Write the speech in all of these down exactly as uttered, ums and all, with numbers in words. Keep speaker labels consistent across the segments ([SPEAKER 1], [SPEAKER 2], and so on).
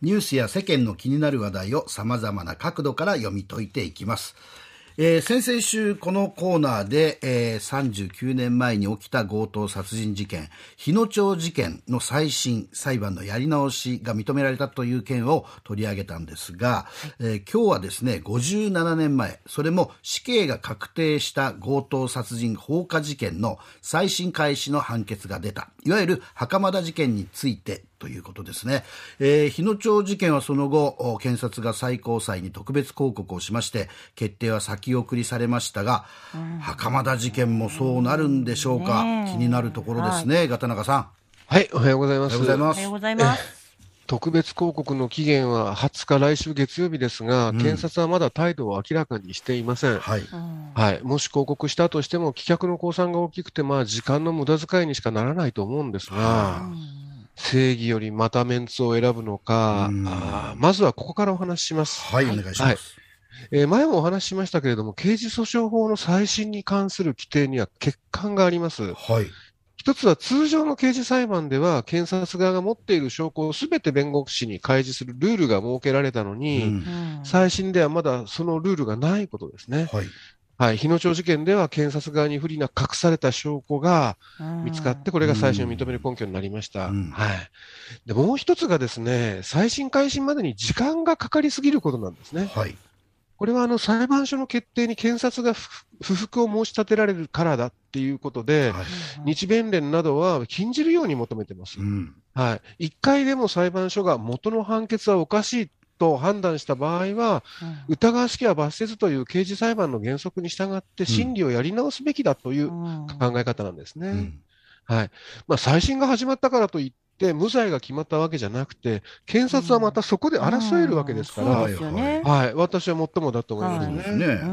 [SPEAKER 1] ニュースや世間の気になる話題を様々な角度から読み解いていきます。えー、先々週このコーナーで、えー、さんじゅうきゅうねんまえに起きた強盗殺人事件、日野町事件の再審裁判のやり直しが認められたという件を取り上げたんですが、えー、今日はですねごじゅうななねんまえ、それも死刑が確定した強盗殺人放火事件の再審開始の判決が出た、いわゆる袴田事件についてということですね。えー、日野町事件はその後検察が最高裁に特別抗告をしまして、決定は先送りされましたが、うん、袴田事件もそうなるんでしょうか、ね、気になるところですね、はい、片中さん。
[SPEAKER 2] はい、おはようございます。
[SPEAKER 1] おはようございます。
[SPEAKER 3] おはようございます。
[SPEAKER 2] 特別抗告の期限ははつか、来週月曜日ですが、うん、検察はまだ態度を明らかにしていません。
[SPEAKER 1] はい
[SPEAKER 2] はい、もし抗告したとしても棄却の公算が大きくて、まあ、時間の無駄遣いにしかならないと思うんですが、正義よりまたメンツを選ぶのか、あまずはここからお話しします。
[SPEAKER 1] はい、お願いします。はい、
[SPEAKER 2] えー、前もお話ししましたけれども、刑事訴訟法の再審に関する規定には欠陥があります。
[SPEAKER 1] はい、
[SPEAKER 2] 一つは通常の刑事裁判では検察側が持っている証拠をすべて弁護士に開示するルールが設けられたのに、うん、再審ではまだそのルールがないことですね。はいはい、日野町事件では検察側に不利な隠された証拠が見つかって、これが再審を認める根拠になりました。うんはい、でもう一つがですね、再審開始までに時間がかかりすぎることなんですね。はいこれはあの裁判所の決定に検察が不服を申し立てられるからだっていうことで、はい、日弁連などは禁じるように求めています。うんはい、一回でも裁判所が元の判決はおかしいと判断した場合は、うん、疑わしきは罰せずという刑事裁判の原則に従って審理をやり直すべきだという考え方なんですね。うんはいまあ、再審が始まったからといってで無罪が決まったわけじゃなくて、検察はまたそこで争えるわけですから、うんうんねはい、私は最もだと思いますね。はいねうん、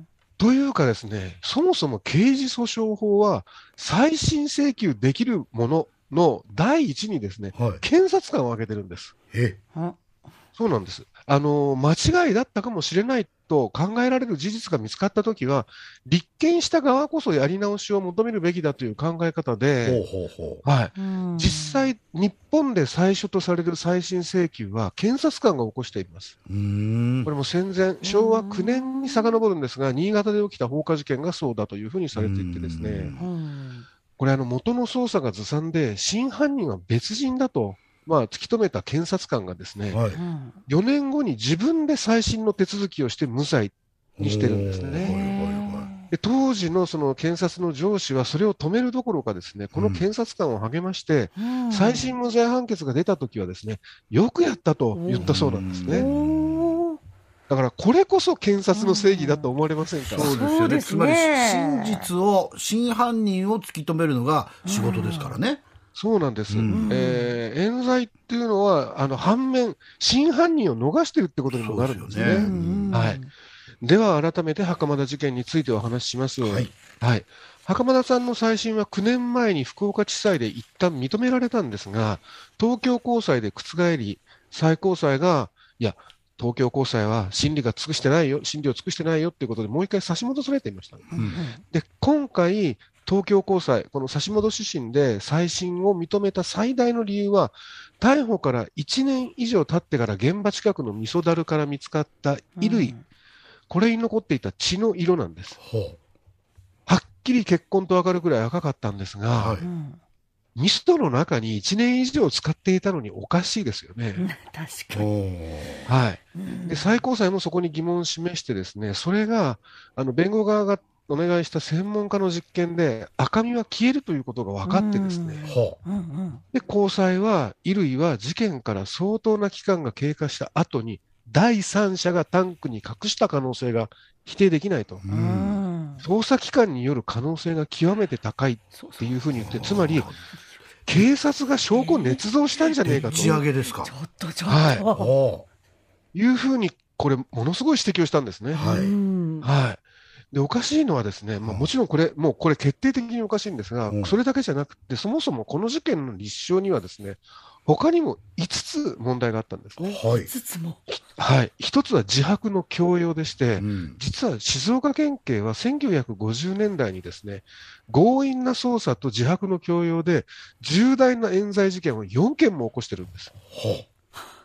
[SPEAKER 2] というかですね、そもそも刑事訴訟法は再審請求できるものの第一にですね、はい、検察官を挙げてるんです。えそうなんです。あの間違いだったかもしれないと考えられる事実が見つかったときは、立件した側こそやり直しを求めるべきだという考え方で、ほうほうほうはい、実際、日本で最初とされる再審請求は検察官が起こしています。うーんこれも戦前、しょうわくねんに遡るんですが、新潟で起きた放火事件がそうだというふうにされていてですね、これあの元の捜査がずさんで、真犯人は別人だと。まあ、突き止めた検察官がですね、はい、よねんごに自分で再審の手続きをして無罪にしてるんですね。で当時のその検察の上司はそれを止めるどころかですね、この検察官を励まして、うん、再審無罪判決が出たときはですね、よくやったと言ったそうなんですね。だからこれこそ検察の正義だと思われませんか。
[SPEAKER 1] そうですよね。つまり真実を、真犯人を突き止めるのが仕事ですからね。
[SPEAKER 2] そうなんです、うんえー、冤罪っていうのはあの反面真犯人を逃しているってことにもなるんですね。ですよね、うんはい、では改めて袴田事件についてお話しします、はいはい、袴田さんの再審はきゅうねんまえに福岡地裁で一旦認められたんですが、東京高裁で覆り、最高裁がいや東京高裁は審理が尽くしてないよ、審理を尽くしてないよということでもう一回差し戻されていました、うん、で今回東京高裁、この差し戻し審で再審を認めた最大の理由は、逮捕からいちねん以上経ってから現場近くの味噌樽から見つかった衣類、うん、これに残っていた血の色なんです。ほうはっきり血痕と分かるくらい赤かったんですが、はい、味噌の中にいちねん以上使っていたのにおかしいですよね。
[SPEAKER 3] 確かに、
[SPEAKER 2] はい、で最高裁もそこに疑問を示してですね、それがあの弁護側がお願いした専門家の実験で赤みは消えるということが分かってですね、うんうん、で高裁は衣類は事件から相当な期間が経過した後に第三者がタンクに隠した可能性が否定できないと、うん、捜査機関による可能性が極めて高いっていうふうに言って、つまり警察が証拠を捏造したんじゃねえかと、
[SPEAKER 1] 打ち上げですか、
[SPEAKER 3] ちょっとちょっと、は
[SPEAKER 2] い、いうふうにこれものすごい指摘をしたんですね。はい、はいでおかしいのはですね、まあ、もちろんこれ、もうこれ決定的におかしいんですが、うん、それだけじゃなくて、そもそもこの事件の立証にはですね、他にもいつつ問題があったんですね。
[SPEAKER 3] はい、いつつも、
[SPEAKER 2] はい、一つは自白の強要でして、うん、実は静岡県警はせんきゅうひゃくごじゅうねんだいにですね、強引な捜査と自白の強要で重大な冤罪事件をよんけんも起こしてるんです。は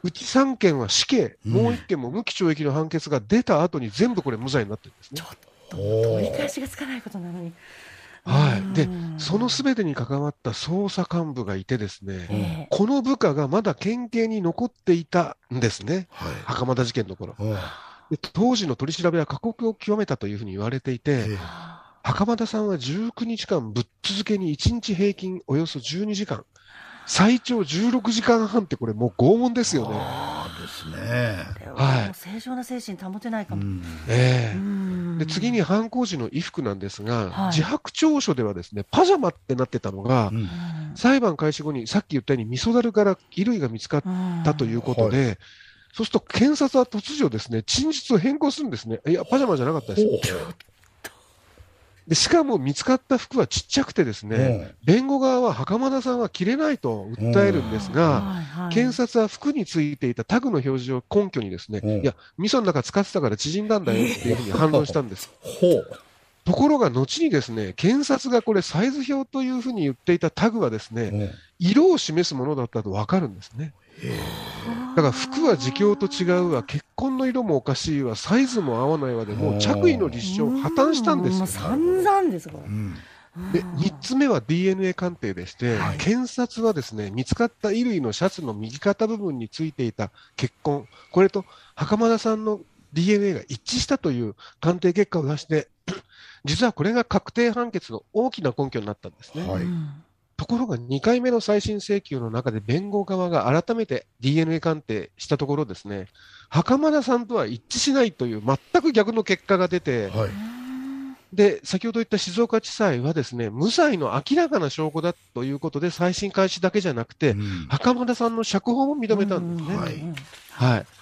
[SPEAKER 2] うちさんけんは死刑、うん、もういっけんも無期懲役の判決が出た後に全部これ無罪になってるんですね。
[SPEAKER 3] ちょっと取り返しがつかないことなのに。
[SPEAKER 2] はい、でそのすべてに関わった捜査幹部がいてですね、えー、この部下がまだ県警に残っていたんですね、はい、袴田事件の頃。で当時の取り調べは過酷を極めたというふうに言われていて、えー、袴田さんはじゅうくにちかんぶっ続けにいちにち平均およそじゅうにじかん、最長じゅうろくじかんはんってこれもう拷問ですよね。
[SPEAKER 1] あですね、
[SPEAKER 3] はい、正常な精神保てないかも。うん
[SPEAKER 2] えー、で次に犯行時の衣服なんですが、はい、自白調書ではですねパジャマってなってたのが、うん、裁判開始後にさっき言ったように味噌だるから衣類が見つかったということで、うんはい、そうすると検察は突如ですね陳述を変更するんですね。いやパジャマじゃなかったですでしかも見つかった服はちっちゃくてですね、うん、弁護側は袴田さんは着れないと訴えるんですが、うん、検察は服についていたタグの表示を根拠にですね、うん、いや味噌の中使ってたから縮んだんだよっていうふうに反論したんですところが後にですね検察がこれサイズ表というふうに言っていたタグはですね、うん、色を示すものだったと分かるんですね。だから服は自供と違うわ、結婚の色もおかしいわ、サイズも合わないわでもう着衣の立証破綻したんですよ。
[SPEAKER 3] 散々ですから、うん、
[SPEAKER 2] でみっつめは ディーエヌエー 鑑定でして、はい、検察はですね見つかった衣類のシャツの右肩部分についていた血痕、これと袴田さんの ディーエヌエー が一致したという鑑定結果を出して実はこれが確定判決の大きな根拠になったんですね。はい、ところがにかいめの再審請求の中で弁護側が改めて ディーエヌエー 鑑定したところですね袴田さんとは一致しないという全く逆の結果が出て、はい、で先ほど言った静岡地裁はですね無罪の明らかな証拠だということで再審開始だけじゃなくて、うん、袴田さんの釈放も認めたんですね。はいはい、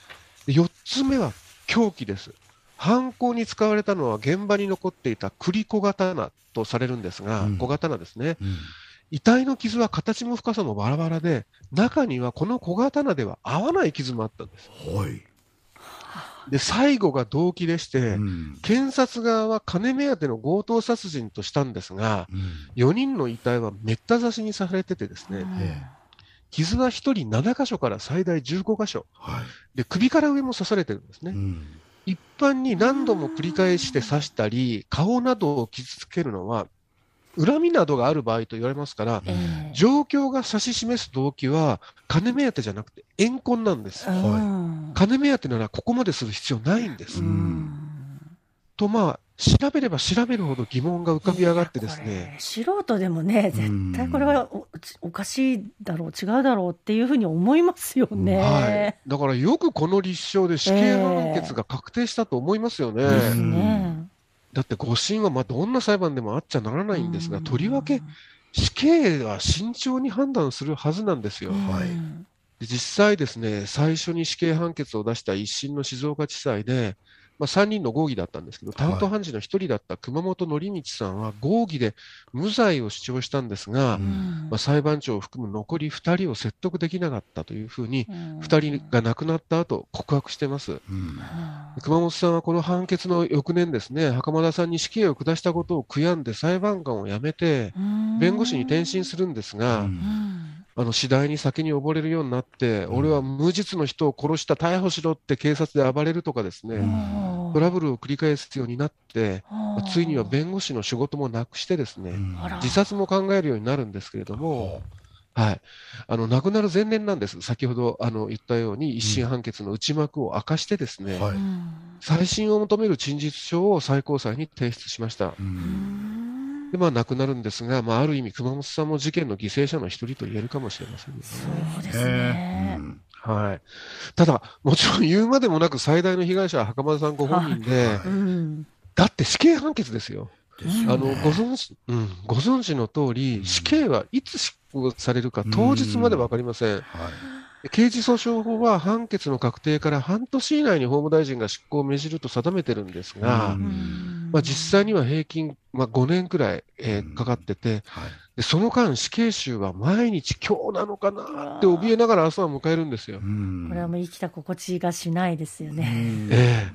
[SPEAKER 2] よっつめは凶器です。犯行に使われたのは現場に残っていた栗小刀とされるんですが、うん、小刀ですね、うん、遺体の傷は形も深さもバラバラで中にはこの小刀では合わない傷もあったんです。はい、で最後が動機でして、うん、検察側は金目当ての強盗殺人としたんですが、うん、よにんの遺体はめった刺しにされててですね、うん、傷はひとりななかしょから最大じゅうごかしょ、はい、で首から上も刺されてるんですね。うん、一般に何度も繰り返して刺したり顔などを傷つけるのは恨みなどがある場合と言われますから、えー、状況が指し示す動機は金目当てじゃなくて怨恨なんです、はい、金目当てならここまでする必要ないんです、うん、とまあ調べれば調べるほど疑問が浮かび上がってですね
[SPEAKER 3] 素人でもね絶対これは お, おかしいだろう違うだろうっていうふうに思いますよね、
[SPEAKER 2] はい、だからよくこの立証で死刑判決が確定したと思いますよね、えーですね。だって誤審はまあどんな裁判でもあっちゃならないんですが、とりわけ死刑は慎重に判断するはずなんですよ。はい、で実際ですね、最初に死刑判決を出した一審の静岡地裁で、まあ、さんにんの合議だったんですけど、担当判事のひとりだった熊本則道さんは合議で無罪を主張したんですが、うんまあ、裁判長を含む残りふたりを説得できなかったというふうに、ふたりが亡くなった後告白してます。うん、熊本さんはこの判決の翌年ですね、袴田さんに死刑を下したことを悔やんで裁判官を辞めて弁護士に転身するんですが、うんあの次第に酒に溺れるようになって、うん、俺は無実の人を殺した逮捕しろって警察で暴れるとかですね、うん、トラブルを繰り返すようになって、まあ、ついには弁護士の仕事もなくしてですね、うん、自殺も考えるようになるんですけれども、はい、あの亡くなる前年なんです。先ほどあの言ったように一審判決の内幕を明かしてですね、うんはい、再審を求める陳述書を最高裁に提出しました。うんでまあ、亡くなるんですが、まあ、ある意味熊本さんも事件の犠牲者の一人と言えるかもしれませんね。
[SPEAKER 3] そうですね、うん
[SPEAKER 2] はい、ただもちろん言うまでもなく最大の被害者は袴田さんご本人で、はいうん、だって死刑判決ですよ。ですよね、あのご存知、うん、ご存知の通り、うん、死刑はいつ執行されるか当日まで分かりません、うんはい、刑事訴訟法は判決の確定から半年以内に法務大臣が執行を命じると定めてるんですが、うんまあ、実際には平均、まあ、ごねんくらい、えー、かかってて、はい、でその間死刑囚は毎日今日なのかなって怯えながら朝を迎えるんですよ。
[SPEAKER 3] これはもう生きた心地がしないですよね。
[SPEAKER 2] えー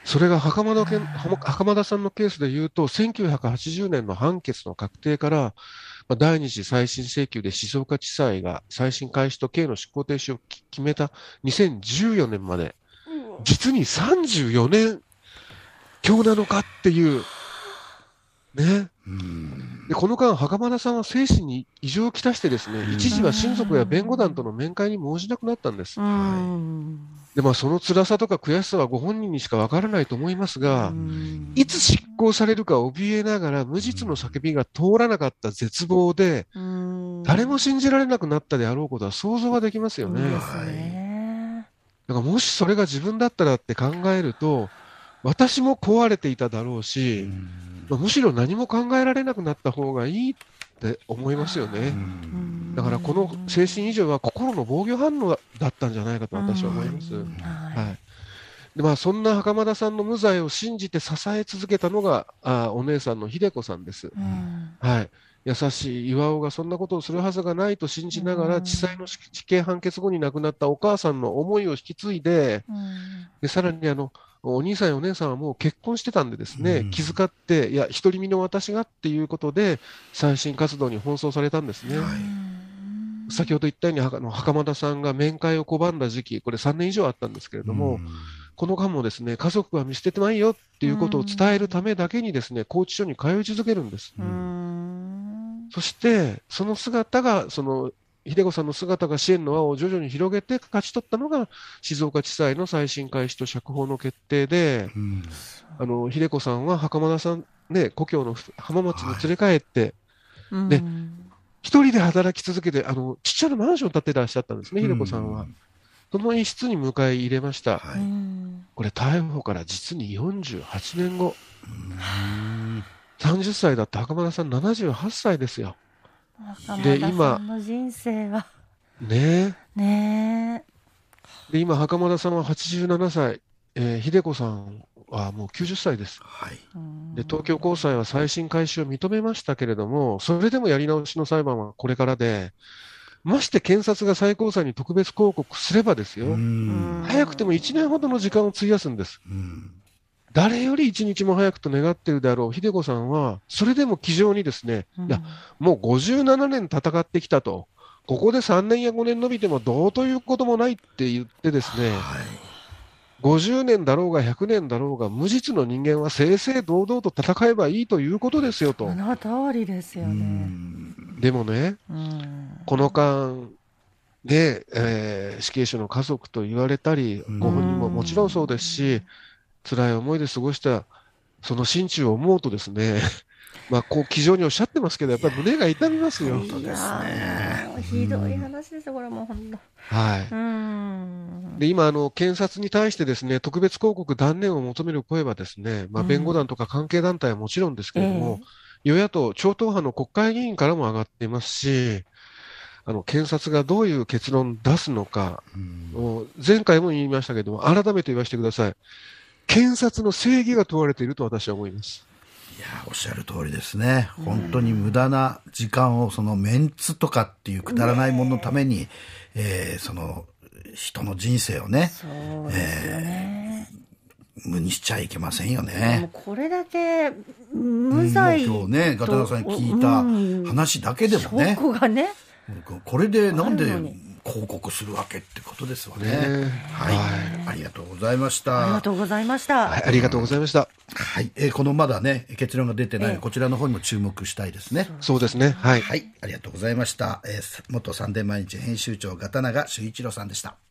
[SPEAKER 2] それが袴田けん袴田さんのケースで言うと、せんきゅうひゃくはちじゅうねんの判決の確定から、まあ、第二次再審請求で静岡地裁が再審開始と刑の執行停止を決めたにせんじゅうよねんまで、実にさんじゅうよねん強なのかっていう、ね。でこの間、袴田さんは精神に異常をきたしてですね、一時は親族や弁護団との面会にも応じなくなったんです。でまあ、その辛さとか悔しさはご本人にしかわからないと思いますが、いつ執行されるか怯えながら無実の叫びが通らなかった絶望で、誰も信じられなくなったであろうことは想像はできますよね。だからもしそれが自分だったらって考えると、私も壊れていただろうし、まあ、むしろ何も考えられなくなった方がいいって思いますよね。だからこの精神異常は心の防御反応だったんじゃないかと私は思います。はいでまあ、そんな袴田さんの無罪を信じて支え続けたのがあお姉さんの秀子さんです。はい、優しい巌がそんなことをするはずがないと信じながら、地裁の死刑判決後に亡くなったお母さんの思いを引き継いで、でさらにあのお兄さんやお姉さんはもう結婚してたんでですね、うん、気遣って、いや、独り身の私がっていうことで、再審活動に奔走されたんですね。はい、先ほど言ったように、は袴田さんが面会を拒んだ時期、これさんねん以上あったんですけれども、うん、この間もですね、家族は見捨ててないよっていうことを伝えるためだけにですね、拘置所に通い続けるんです。うん、そして、その姿が、その、秀子さんの姿が支援の輪を徐々に広げて勝ち取ったのが静岡地裁の再審開始と釈放の決定で、うん、あの秀子さんは袴田さん、ね、故郷の浜松に連れ帰って、はい、で、うん、一人で働き続けてあのちっちゃなマンションを建ててらっしゃったんですね、秀子さんは。うん、その一室に迎え入れました。はい、これ逮捕から実によんじゅうはちねんご、うん、さんじゅっさいだった袴田さんななじゅうはっさいですよ。
[SPEAKER 3] で今の人生は
[SPEAKER 2] ね
[SPEAKER 3] えね
[SPEAKER 2] えで今袴田さんははちじゅうななさい、えー、秀子さんはもうきゅうじゅっさいです。はい、で東京高裁は再審開始を認めましたけれども、それでもやり直しの裁判はこれからで、まして検察が最高裁に特別抗告すればですよ、早くてもいちねんほどの時間を費やすんです。誰より一日も早くと願っているであろう秀子さんは、それでも気丈にですね、うん、いや、もうごじゅうななねん戦ってきたと、ここでさんねんやごねん伸びてもどうということもないって言ってですね、はい、ごじゅうねんだろうがひゃくねんだろうが、無実の人間は正々堂々と戦えばいいということですよと。
[SPEAKER 3] その通りですよね。
[SPEAKER 2] でもね、この間、ねえー、死刑囚の家族と言われたり、ご本人ももちろんそうですし、辛い思いで過ごしたその心中を思うとですね、まあこう気丈におっしゃってますけど、やっぱり胸が痛みますよ。
[SPEAKER 3] 本当ですね。ひどい話ですよ、これも本当。
[SPEAKER 2] はい。うんで今あの検察に対してですね、特別抗告断念を求める声はですね、まあ弁護団とか関係団体はもちろんですけれども、うん、与野党超党派の国会議員からも上がっていますし、あの検察がどういう結論を出すのか、うん、前回も言いましたけれども、改めて言わせてください。検察の正義が問われていると私は思います。
[SPEAKER 1] いやおっしゃる通りですね。本当に無駄な時間をそのメンツとかっていうくだらないもののために、えー、その人の人生をね、
[SPEAKER 3] そうですよね、
[SPEAKER 1] えー、無にしちゃいけませんよね。
[SPEAKER 3] もうこれだけ無罪と、
[SPEAKER 1] うん、今日ねガタナさんに聞いた話だけでもね、
[SPEAKER 3] 証拠がね、
[SPEAKER 1] これでなんで広告するわけってことですわね。ね、はい、はい、ありがとうございました。
[SPEAKER 3] ありがとうございました。
[SPEAKER 2] はい、ありがとうございました。
[SPEAKER 1] はい、えー、このまだね結論が出てない、えー、こちらの方にも注目したいですね。
[SPEAKER 2] そうですね。はい、
[SPEAKER 1] はい、ありがとうございました。えー、元サンデー毎日編集長片永修一郎さんでした。